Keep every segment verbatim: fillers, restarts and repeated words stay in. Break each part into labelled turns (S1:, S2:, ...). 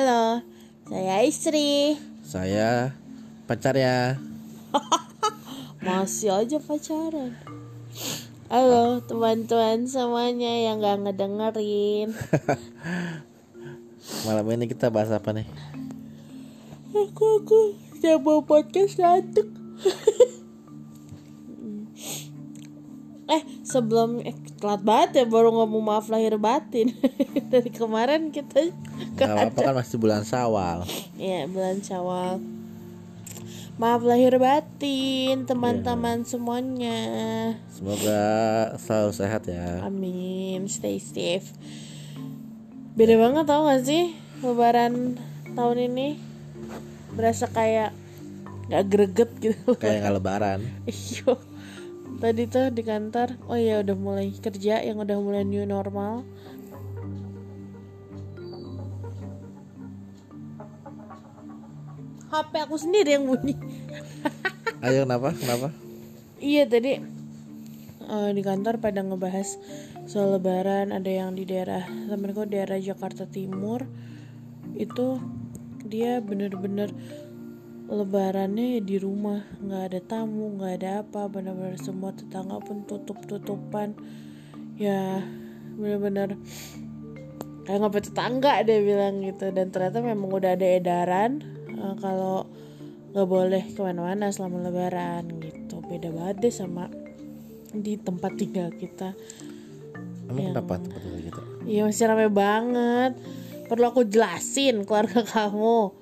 S1: Halo, saya istri.
S2: Saya pacarnya.
S1: Masih aja pacaran. Halo teman-teman semuanya yang gak ngedengerin.
S2: Malam ini kita bahas apa nih?
S1: Aku aku saya mau podcast ngantuk. Eh sebelum eh, telat banget ya baru ngomong maaf lahir batin. Dari kemarin kita
S2: Gak apa-apa kan masih bulan Syawal.
S1: Iya bulan Syawal. Maaf lahir batin teman-teman yeah. semuanya.
S2: Semoga selalu sehat ya.
S1: Amin. Stay safe. Beda banget tau gak sih Lebaran tahun ini? Berasa kayak gak greget gitu.
S2: Kayak gak lebaran.
S1: Iya. Tadi tuh di kantor, oh ya udah mulai kerja, yang udah mulai new normal. H P aku sendiri yang bunyi.
S2: Ayo kenapa? Kenapa?
S1: Iya tadi uh, di kantor pada ngebahas soal lebaran. Ada yang di daerah temenku daerah Jakarta Timur. Itu dia bener-bener lebarannya ya di rumah, nggak ada tamu, nggak ada apa, benar-benar semua tetangga pun tutup-tutupan, ya benar-benar kayak ngapain tetangga dia bilang gitu. Dan ternyata memang udah ada edaran uh, kalau nggak boleh kemana-mana selama lebaran gitu. Beda banget deh sama di tempat tinggal kita.
S2: Emang yang... kenapa tempat tinggal kita?
S1: Iya masih ramai banget. Perlu aku jelasin keluarga kamu?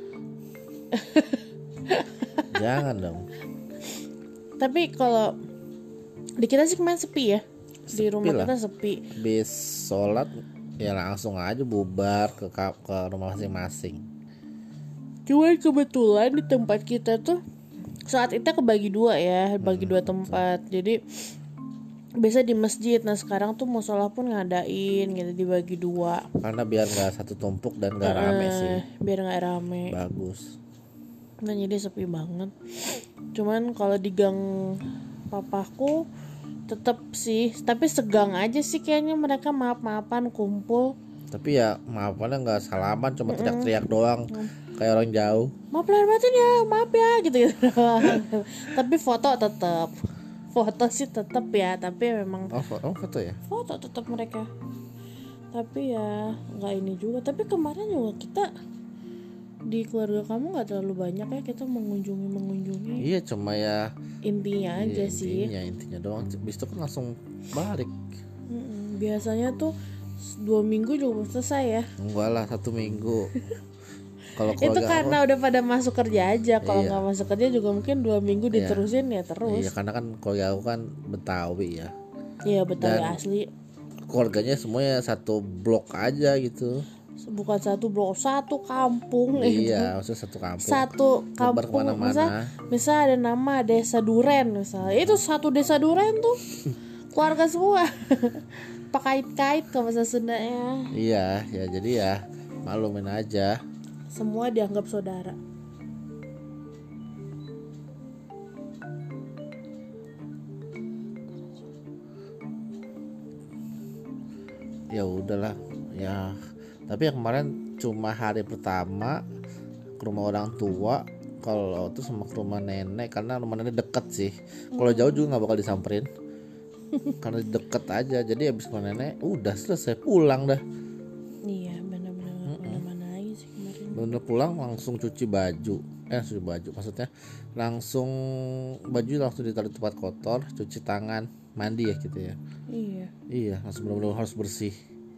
S2: Jangan dong. Tapi
S1: kalau di kita sih kemarin sepi ya.
S2: Sepi
S1: di rumah
S2: lah.
S1: Kita sepi.
S2: Habis sholat ya langsung aja bubar ke ke rumah masing-masing.
S1: Cuma kebetulan di tempat kita tuh saat itu kebagi dua ya, bagi hmm, dua tempat. Betul. Jadi biasa di masjid. Nah sekarang tuh musola pun ngadain gitu, dibagi dua.
S2: Karena biar nggak satu tumpuk dan nggak uh, rame sih.
S1: Biar nggak rame.
S2: Bagus.
S1: Nah jadi sepi banget. Cuman kalau di gang papaku tetap sih, tapi segang aja sih kayaknya mereka maaf-maafan kumpul.
S2: Tapi ya maafannya nggak salaman, cuma Mm-mm. teriak-teriak doang, mm. kayak orang jauh.
S1: Maaf lahir batin ya, maaf ya gitu gitu. Tapi foto tetap, foto sih tetap ya, tapi memang.
S2: Oh, fo- oh foto ya?
S1: Foto tetap mereka. Tapi ya nggak ini juga. Tapi kemarin juga kita di keluarga kamu nggak terlalu banyak ya, kita mengunjungi mengunjungi.
S2: Iya cuma ya
S1: intinya aja
S2: iya,
S1: sih.
S2: Intinya intinya doang. Bis itu kan langsung balik.
S1: Mm-mm. Biasanya tuh dua minggu juga selesai ya.
S2: Enggak lah satu minggu. Kalau
S1: itu karena aku, udah pada masuk kerja aja. Kalau nggak iya. masuk kerja juga mungkin dua minggu
S2: iya.
S1: diterusin ya terus.
S2: Iya karena kan keluarga aku kan Betawi ya.
S1: Iya Betawi
S2: dan
S1: asli.
S2: Keluarganya semuanya satu blok aja gitu.
S1: Bukan satu blok, satu kampung.
S2: Iya, maksudnya satu kampung.
S1: Satu kampung. Misal, misal ada nama Desa Duren misalnya. Itu satu Desa Duren tuh keluarga semua. Pakait-kait ke bahasa Sundanya.
S2: Iya, ya jadi ya maklumin aja.
S1: Semua dianggap saudara.
S2: Ya udahlah, ya. Tapi yang kemarin cuma hari pertama ke rumah orang tua, kalau itu sama ke rumah nenek karena rumah nenek deket sih. Kalau hmm. jauh juga nggak bakal disamperin karena deket aja. Jadi habis ke rumah nenek, udah selesai pulang dah.
S1: Iya benar-benar kemana-mana lagi sih kemarin.
S2: Bener pulang langsung cuci baju, eh cuci baju maksudnya langsung baju langsung ditaruh di tempat kotor, cuci tangan, mandi ya gitu ya.
S1: Iya.
S2: Iya langsung benar-benar harus bersih.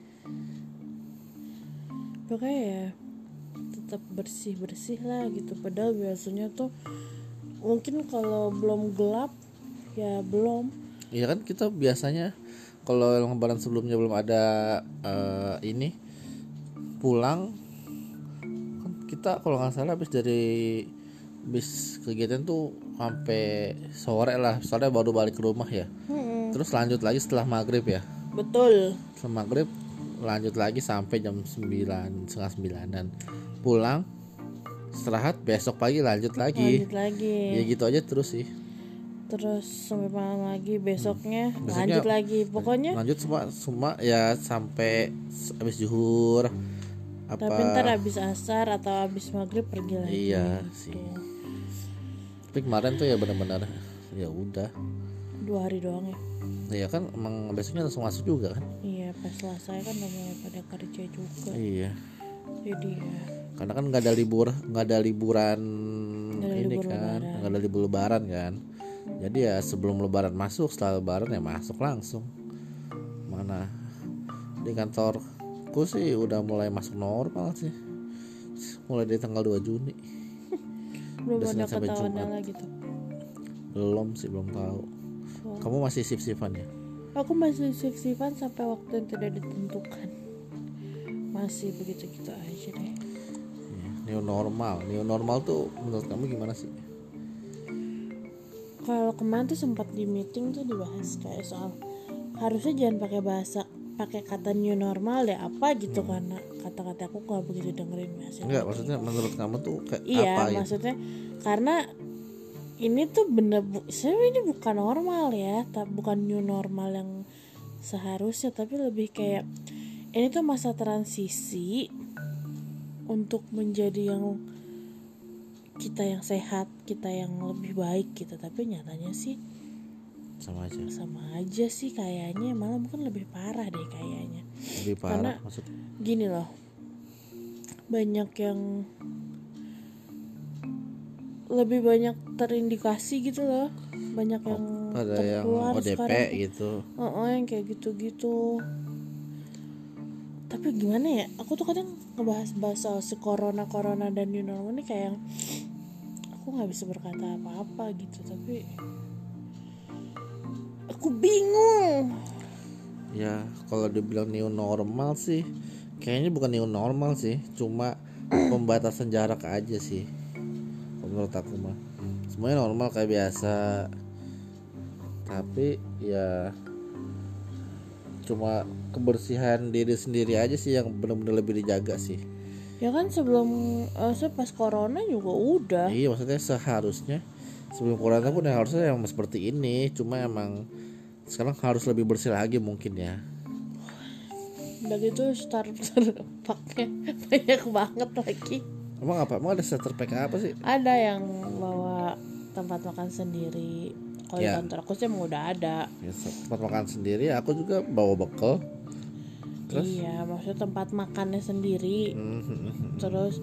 S1: Pokoknya ya tetap bersih-bersih lah gitu. Padahal biasanya tuh mungkin kalau belum gelap ya belum.
S2: Iya kan kita biasanya kalau lebaran sebelumnya belum ada uh, ini pulang kan kita kalau nggak salah habis dari bis kegiatan tuh sampai sore lah, soalnya baru balik ke rumah ya. Hmm. Terus lanjut lagi setelah maghrib ya.
S1: Betul.
S2: Setelah maghrib lanjut lagi sampai jam sembilan setengah sembilanan pulang istirahat, besok pagi lanjut lagi
S1: lanjut lagi
S2: ya gitu aja terus sih,
S1: terus sampai malam lagi besoknya, hmm. besoknya lanjut lagi pokoknya
S2: lanjut semua semua ya sampai habis zuhur apa
S1: Tapi ntar abis asar atau abis maghrib pergi lagi.
S2: iya
S1: gitu.
S2: sih. Tapi kemarin tuh ya benar-benar ya udah.
S1: Dua hari doang ya.
S2: Iya kan emang besoknya langsung masuk juga kan.
S1: Iya pas selesai kan udah mulai pada kerja juga.
S2: Iya.
S1: Jadi ya.
S2: Karena kan nggak ada libur, nggak ada liburan
S1: Nggak ada
S2: ini
S1: libur
S2: kan,
S1: lebaran.
S2: nggak ada libur lebaran kan. Jadi ya sebelum lebaran masuk, setelah lebaran ya masuk langsung. Mana di kantorku sih udah mulai masuk normal sih. Mulai dari tanggal dua Juni.
S1: Belum
S2: Udah
S1: ada
S2: Senin sampai
S1: ketahuan
S2: Jumat.
S1: lagi tuh.
S2: Belum sih, belum tahu.
S1: Wow.
S2: Kamu masih sip-sipan ya?
S1: Aku masih sip-sipan sampai waktu yang tidak ditentukan. Masih begitu-gitu aja deh.
S2: Iya, new normal. New normal tuh menurut kamu gimana sih?
S1: Kalau kemarin tuh sempat di meeting tuh dibahas kayak soal harusnya jangan pakai bahasa pakai kata new normal deh apa gitu, karena kata-kata aku nggak begitu dengerin hasilnya.
S2: Enggak, maksudnya menurut kamu tuh kayak
S1: Iya,
S2: apa ya?
S1: maksudnya karena ini tuh bener bu- sebenarnya ini bukan normal ya, tapi bukan new normal yang seharusnya, tapi lebih kayak ini tuh masa transisi untuk menjadi yang kita yang sehat, kita yang lebih baik gitu. Tapi nyatanya sih
S2: Sama aja.
S1: sama aja sih kayaknya, malah mungkin lebih parah deh kayaknya.
S2: Lebih parah
S1: Karena
S2: maksudnya.
S1: gini loh, banyak yang lebih banyak terindikasi gitu loh, banyak yang
S2: Ada yang
S1: terkeluar
S2: O D P
S1: sekarang tuh.
S2: gitu.
S1: Oh, yang kayak gitu-gitu. Tapi gimana ya, aku tuh kadang ngebahas-bahas soal si corona-corona dan new normal ini kayak yang aku nggak bisa berkata apa-apa gitu, tapi aku bingung.
S2: Ya kalau dibilang new normal sih kayaknya bukan new normal sih, cuma pembatasan jarak aja sih menurut aku mah. Semuanya normal kayak biasa, tapi ya cuma kebersihan diri sendiri aja sih yang benar-benar lebih dijaga sih.
S1: Ya kan sebelum uh, pas corona juga udah.
S2: Iya, maksudnya seharusnya sebelum corona pun yang harusnya yang seperti ini, cuma emang sekarang harus lebih bersih lagi mungkin ya.
S1: Udah gitu starter packnya banyak banget lagi.
S2: Emang apa? Emang ada starter pack apa sih?
S1: Ada yang bawa tempat makan sendiri. Kalau
S2: Ya.
S1: di kantor aku sih emang udah ada.
S2: Ya, tempat makan sendiri, aku juga bawa bekal. Terus?
S1: Iya, maksudnya tempat makannya sendiri.
S2: Mhm.
S1: Terus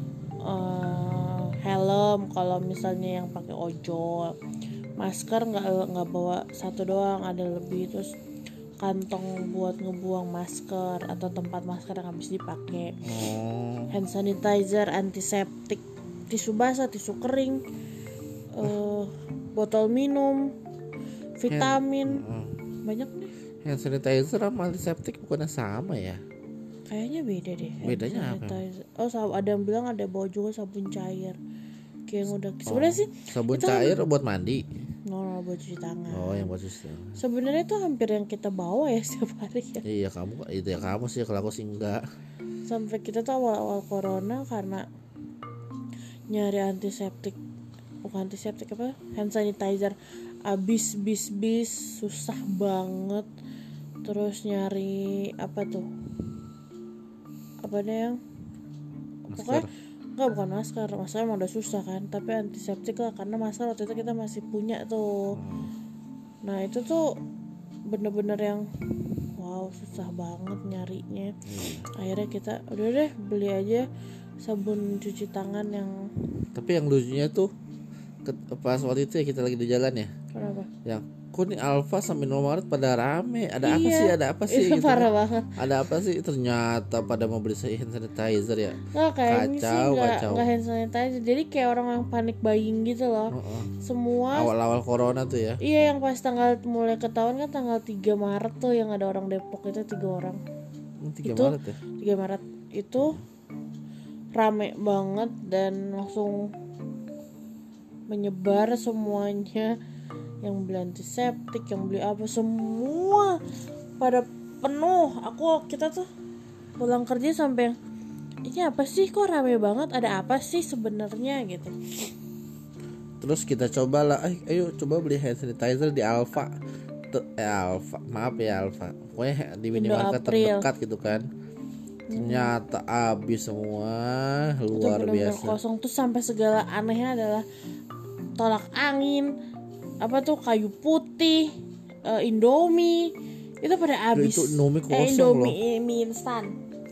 S1: eh, helm kalau misalnya yang pakai ojol. Masker nggak nggak bawa satu doang, ada lebih. Terus kantong buat ngebuang masker atau tempat masker yang habis dipakai.
S2: Oh,
S1: Hand sanitizer, antiseptik, tisu basah, tisu kering, eh, botol minum, vitamin,
S2: mm.
S1: banyak deh.
S2: Hand sanitizer sama antiseptik bukannya sama ya?
S1: Kayaknya beda deh. hand
S2: Bedanya apa?
S1: sanitizer. Oh, sab- ada yang bilang ada bawa juga sabun cair. Kayak yang udah. Sebenarnya sih
S2: Sabun
S1: itu
S2: cair buat mandi.
S1: no, no, buat cuci tangan.
S2: Oh, yang buat cuci tangan.
S1: Sebenarnya itu hampir yang kita bawa ya setiap hari ya.
S2: Iya, kamu itu ya kamu sih, kalau aku sih enggak.
S1: Sampai kita tuh awal-awal corona karena nyari antiseptik, bukan antiseptik apa, hand sanitizer abis bis bis susah banget. Terus nyari apa tuh, apa deh yang pokoknya nggak, bukan masker, masker emang udah susah kan, tapi antiseptik lah, karena masker waktu itu kita masih punya tuh. Nah itu tuh bener-bener yang wow, susah banget nyarinya. Akhirnya kita udah deh beli aja sabun cuci tangan yang
S2: Tapi yang lucunya tuh ke- pas waktu itu ya kita lagi di jalan ya,
S1: kenapa?
S2: yang kok nih Alfa sama Indomaret pada rame, ada apa
S1: Iya,
S2: sih, ada apa sih
S1: itu
S2: gitu
S1: parah
S2: kan.
S1: banget.
S2: Ada apa sih, ternyata pada mau beli hand sanitizer ya.
S1: Nggak, kayaknya sih
S2: Kacau,
S1: nggak
S2: kacau.
S1: nggak hand sanitizer, jadi kayak orang yang panik buying gitu loh.
S2: Heeh.
S1: Semua
S2: Awal-awal corona tuh ya.
S1: iya, yang pas tanggal mulai ketahuan kan tanggal tiga Maret tuh, yang ada orang Depok itu tiga orang.
S2: tiga
S1: Itu-
S2: Maret ya.
S1: tiga Maret itu rame banget dan langsung menyebar semuanya, yang beli antiseptik, yang beli apa, semua pada penuh. Aku kita tuh pulang kerja sampai yang, ini apa sih kok rame banget, ada apa sih sebenarnya gitu.
S2: Terus kita cobalah, ayo, ayo coba beli hand sanitizer di Alfa. Tuh, eh, Alfa, maaf ya Alfa. Pokoknya di minimarket
S1: April.
S2: terdekat gitu kan. Ternyata habis semua,
S1: Itu
S2: luar
S1: benar-benar
S2: biasa.
S1: kosong. Terus sampai segala anehnya adalah tolak angin, apa tuh kayu putih, eh, Indomie itu pada habis.
S2: Itu Indomie
S1: eh
S2: kosong
S1: Indomie
S2: loh.
S1: eh, mie instan.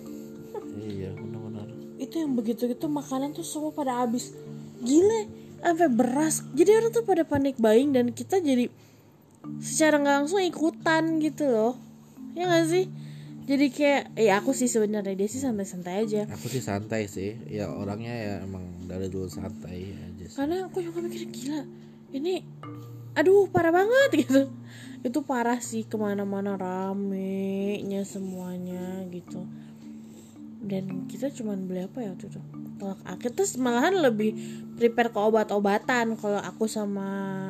S2: Iya benar-benar.
S1: Itu yang begitu-gitu makanan tuh semua pada habis. Gile, sampai beras. Jadi orang tuh pada panik buying dan kita jadi secara nggak langsung ikutan gitu loh. Ya nggak sih? Jadi kayak, ya aku sih sebenarnya, dia sih santai-santai aja.
S2: Aku sih santai sih, ya orangnya ya emang dari dulu santai aja sih.
S1: Karena aku juga mikir gila, ini aduh parah banget gitu. Itu parah sih, kemana-mana ramenya semuanya gitu. Dan kita cuman beli apa ya waktu itu, tolak angin. Terus malahan lebih prepare ke obat-obatan. Kalau aku sama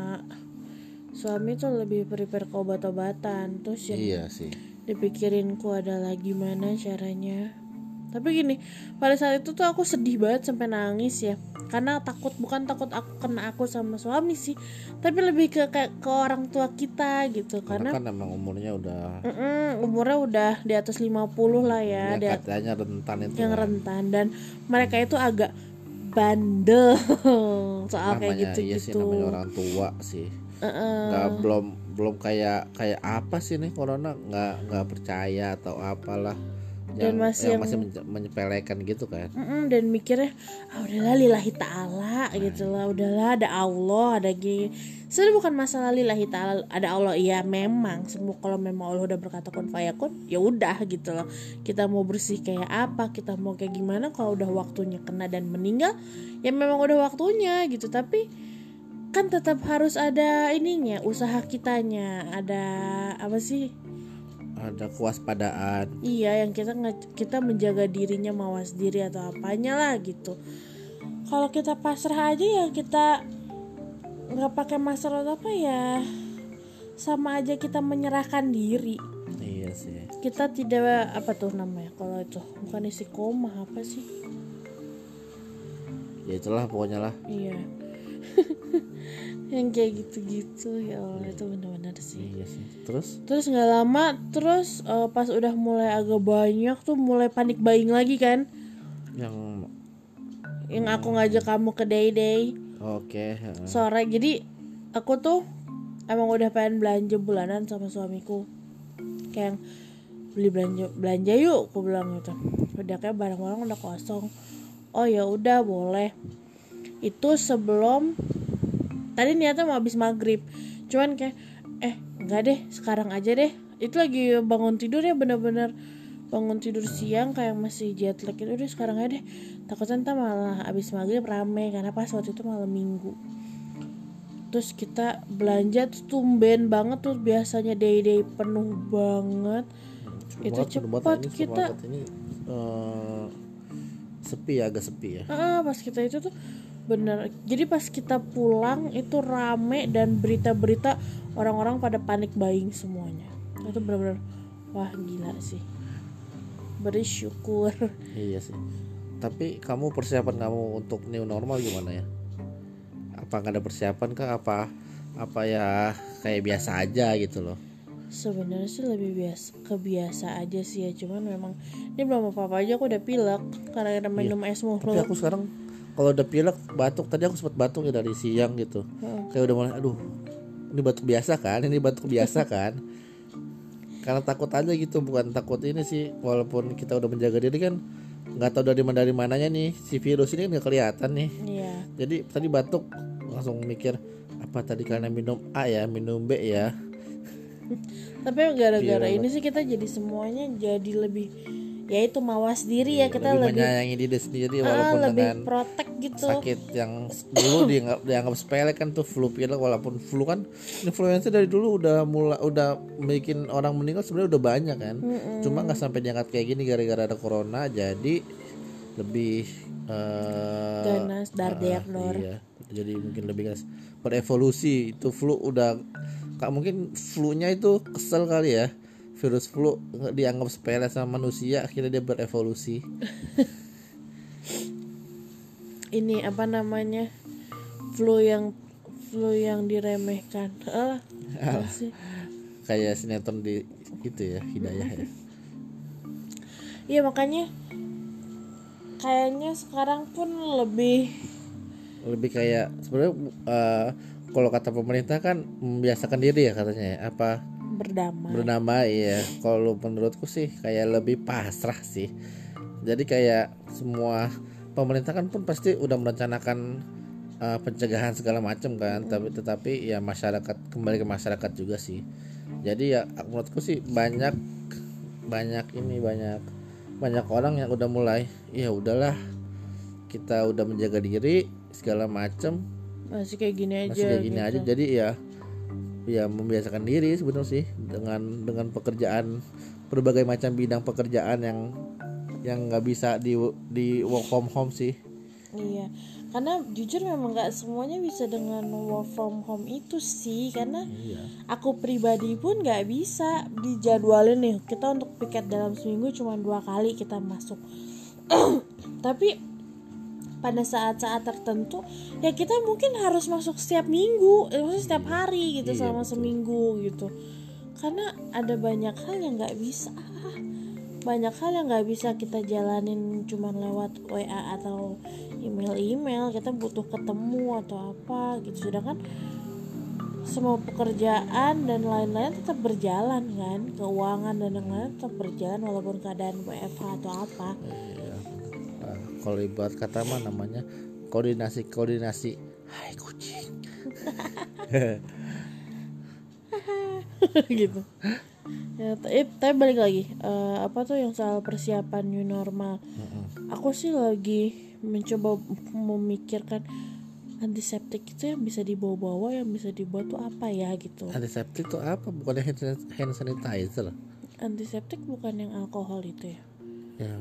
S1: suami tuh lebih prepare ke obat-obatan. Terus yang
S2: Iya sih.
S1: dipikirinku adalah gimana caranya. Tapi gini, pada saat itu tuh aku sedih banget sampai nangis ya. Karena takut, bukan takut aku kena aku sama suami sih, tapi lebih ke ke, ke orang tua kita gitu.
S2: Karena,
S1: Karena
S2: kan emang umurnya udah,
S1: mm-mm, umurnya udah di atas lima puluh lah ya,
S2: yang
S1: di,
S2: katanya rentan itu
S1: yang
S2: kan.
S1: rentan, dan mereka itu agak bandel soal kayak
S2: Namanya iya sih,
S1: gitu-gitu.
S2: namanya orang tua sih.
S1: Uh-uh.
S2: Nggak belum belum kayak kayak apa sih nih corona, nggak nggak percaya atau apalah.
S1: Dan
S2: Yang
S1: masih
S2: yang
S1: yang
S2: masih menye- menyepelekan gitu kan.
S1: Mm-mm, dan mikirnya ah udahlah lillahi ta'ala gitu lah, udahlah ada Allah, ada gini. Sebenarnya bukan masalah lillahi ta'ala, ada Allah ya memang semua, kalau memang Allah udah berkata kun fayakun ya udah gitu loh. Kita mau bersih kayak apa, kita mau kayak gimana, kalau udah waktunya kena dan meninggal ya memang udah waktunya gitu. Tapi kan tetap harus ada ininya, usaha kitanya, ada apa sih?
S2: Ada kewaspadaan.
S1: Iya, yang kita nge- kita menjaga dirinya, mawas diri atau apanya lah gitu. Kalau kita pasrah aja ya, kita nggak pakai masker atau apa ya, sama aja kita menyerahkan diri.
S2: Iya sih.
S1: Kita tidak apa tuh namanya, kalau itu bukan isi koma apa sih?
S2: Ya itulah pokoknya lah.
S1: Iya. Yang kayak gitu-gitu ya Allah, itu benar-benar sih.
S2: Iya sih. Terus?
S1: Terus nggak lama, terus uh, pas udah mulai agak banyak tuh mulai panik buying lagi kan?
S2: Yang
S1: Yang aku ngajak kamu ke day day.
S2: Oke. Okay.
S1: Sore. Jadi aku tuh emang udah pengen belanja bulanan sama suamiku, kayak beli belanja belanja yuk, aku bilang gitu. Udah kayak barang-barang udah kosong. Oh ya udah boleh. Itu sebelum tadi niatnya mau habis maghrib, cuman kayak eh enggak deh, sekarang aja deh. Itu lagi bangun tidur ya, bener-bener bangun tidur siang kayak masih jet lag. Itu udah sekarang aja deh, takutnya ntar malah abis maghrib rame, karena pas waktu itu malam minggu. Terus kita belanja tuh tumben banget tuh, biasanya day-day penuh banget.
S2: Cepet
S1: Itu
S2: banget,
S1: cepat
S2: ini,
S1: kita
S2: ini uh, sepi ya, agak sepi ya.
S1: ah, pas kita itu tuh bener. Jadi pas kita pulang itu rame dan berita-berita orang-orang pada panik buying semuanya. Itu bener-bener wah gila sih, bersyukur.
S2: Iya sih. Tapi kamu persiapan kamu untuk new normal gimana ya? Apa nggak ada persiapan kah? Apa apa ya kayak biasa aja gitu loh?
S1: Sebenarnya sih lebih biasa, kebiasa aja sih ya. Cuman memang ini belum apa-apa aja aku udah pilek karena minum es mulu.
S2: Tapi aku sekarang kalau udah pilek, batuk, tadi aku sempat batuk ya dari siang gitu. Hmm. Kayak udah mulai aduh. Ini batuk biasa kan? Ini batuk biasa kan? Karena takut aja gitu, bukan takut ini sih. Walaupun kita udah menjaga diri kan, nggak tahu dari mana dari mananya nih si virus ini kan nggak kelihatan nih.
S1: Iya.
S2: Jadi tadi batuk langsung mikir apa tadi karena minum A ya, minum B ya.
S1: Tapi gara-gara ini sih kita jadi semuanya jadi lebih, ya itu mawas diri ya, kita
S2: lebih,
S1: lebih
S2: menyayangi diri sendiri
S1: ah,
S2: walaupun
S1: lebih
S2: dengan
S1: protect gitu.
S2: Sakit yang dulu dianggap dianggap sepele kan tuh flu pilek, walaupun flu kan influenza dari dulu udah mulai udah bikin orang meninggal sebenarnya udah banyak kan. Mm-mm. Cuma nggak sampai diangkat kayak gini gara-gara ada corona, jadi lebih uh,
S1: ganas dar der
S2: uh, iya, jadi mungkin lebih ganas, berevolusi. Itu flu udah kak, mungkin flu-nya itu kesel kali ya, virus flu dianggap sepele sama manusia, akhirnya dia berevolusi.
S1: Ini apa namanya, flu yang flu yang diremehkan. Ah, sih.
S2: Kayak sinetron di itu ya, Hidayah ya.
S1: Iya makanya kayaknya sekarang pun lebih
S2: lebih kayak sebenarnya uh, kalau kata pemerintah kan membiasakan diri ya katanya ya, apa
S1: berdamai.
S2: bernama ya. Kalau menurutku sih kayak lebih pasrah sih. Jadi kayak semua pemerintah kan pun pasti udah merencanakan uh, pencegahan segala macam kan, tapi tetapi ya masyarakat kembali ke masyarakat juga sih. Jadi ya menurutku sih banyak banyak ini banyak banyak orang yang udah mulai ya udahlah kita udah menjaga diri segala macam
S1: masih kayak gini aja
S2: masih kayak gini
S1: gitu.
S2: aja. Jadi ya ya membiasakan diri sebenarnya sih dengan dengan pekerjaan berbagai macam bidang pekerjaan yang yang nggak bisa di di work from home sih.
S1: Iya, karena jujur memang nggak semuanya bisa dengan work from home itu sih, karena
S2: Iya.
S1: aku pribadi pun nggak bisa dijadwalin nih kita untuk piket dalam seminggu cuma dua kali kita masuk. Tapi pada saat-saat tertentu ya kita mungkin harus masuk setiap minggu, eh, maksudnya setiap hari gitu,
S2: Iya,
S1: selama
S2: betul.
S1: seminggu gitu. Karena ada banyak hal yang nggak bisa, banyak hal yang nggak bisa kita jalanin cuman lewat W A atau email-email. Kita butuh ketemu atau apa gitu. Sedangkan semua pekerjaan dan lain-lain tetap berjalan kan, keuangan dan yang lain tetap berjalan walaupun keadaan W F H atau apa.
S2: Iya. Nah, kalau ibarat kata mah namanya koordinasi koordinasi. Hai kucing.
S1: Gitu. Ya, tapi, tapi balik lagi uh, apa tuh yang soal persiapan new normal.
S2: Mm-mm.
S1: Aku sih lagi mencoba memikirkan antiseptik itu yang bisa dibawa-bawa, yang bisa dibuat tuh apa ya gitu.
S2: Antiseptik itu apa? Bukannya hand, hand sanitizer?
S1: Antiseptik bukan yang alkohol itu ya?
S2: Ya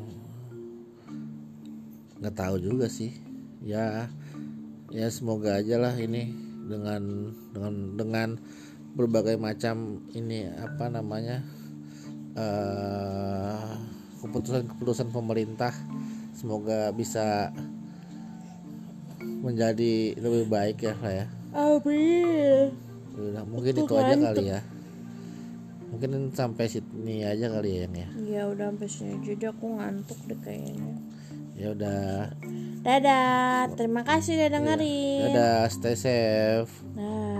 S2: nggak tahu juga sih. Ya ya semoga aja lah ini dengan dengan dengan berbagai macam ini apa namanya uh, keputusan-keputusan pemerintah semoga bisa menjadi lebih baik ya lah ya.
S1: Amin.
S2: Udah, mungkin itu aja kali ya. Mungkin sampai sini aja kali ya yang ya.
S1: Ya udah sampai sini aja deh, aku ngantuk deh kayaknya.
S2: Ya udah.
S1: Dadah, terima kasih udah dengerin.
S2: Dadah, stay safe.
S1: Nah.